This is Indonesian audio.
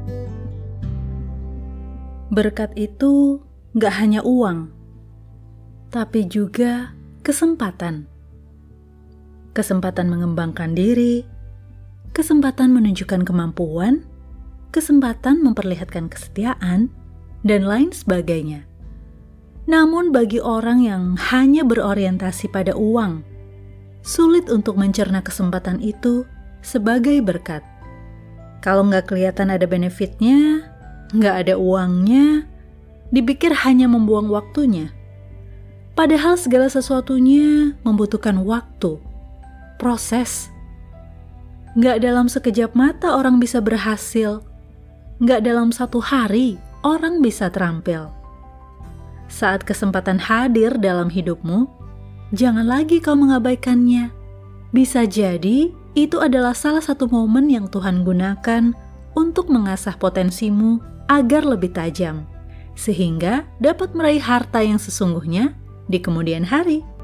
Berkat itu gak hanya uang, tapi juga kesempatan. Kesempatan mengembangkan diri, kesempatan menunjukkan kemampuan, kesempatan memperlihatkan kesetiaan, dan lain sebagainya. Namun bagi orang yang hanya berorientasi pada uang, sulit untuk mencerna kesempatan itu sebagai berkat. Kalau nggak kelihatan ada benefitnya, nggak ada uangnya, dipikir hanya membuang waktunya. Padahal segala sesuatunya membutuhkan waktu, proses. Nggak dalam sekejap mata orang bisa berhasil, nggak dalam satu hari orang bisa terampil. Saat kesempatan hadir dalam hidupmu, jangan lagi kau mengabaikannya. Bisa jadi itu adalah salah satu momen yang Tuhan gunakan untuk mengasah potensimu agar lebih tajam, sehingga dapat meraih harta yang sesungguhnya di kemudian hari.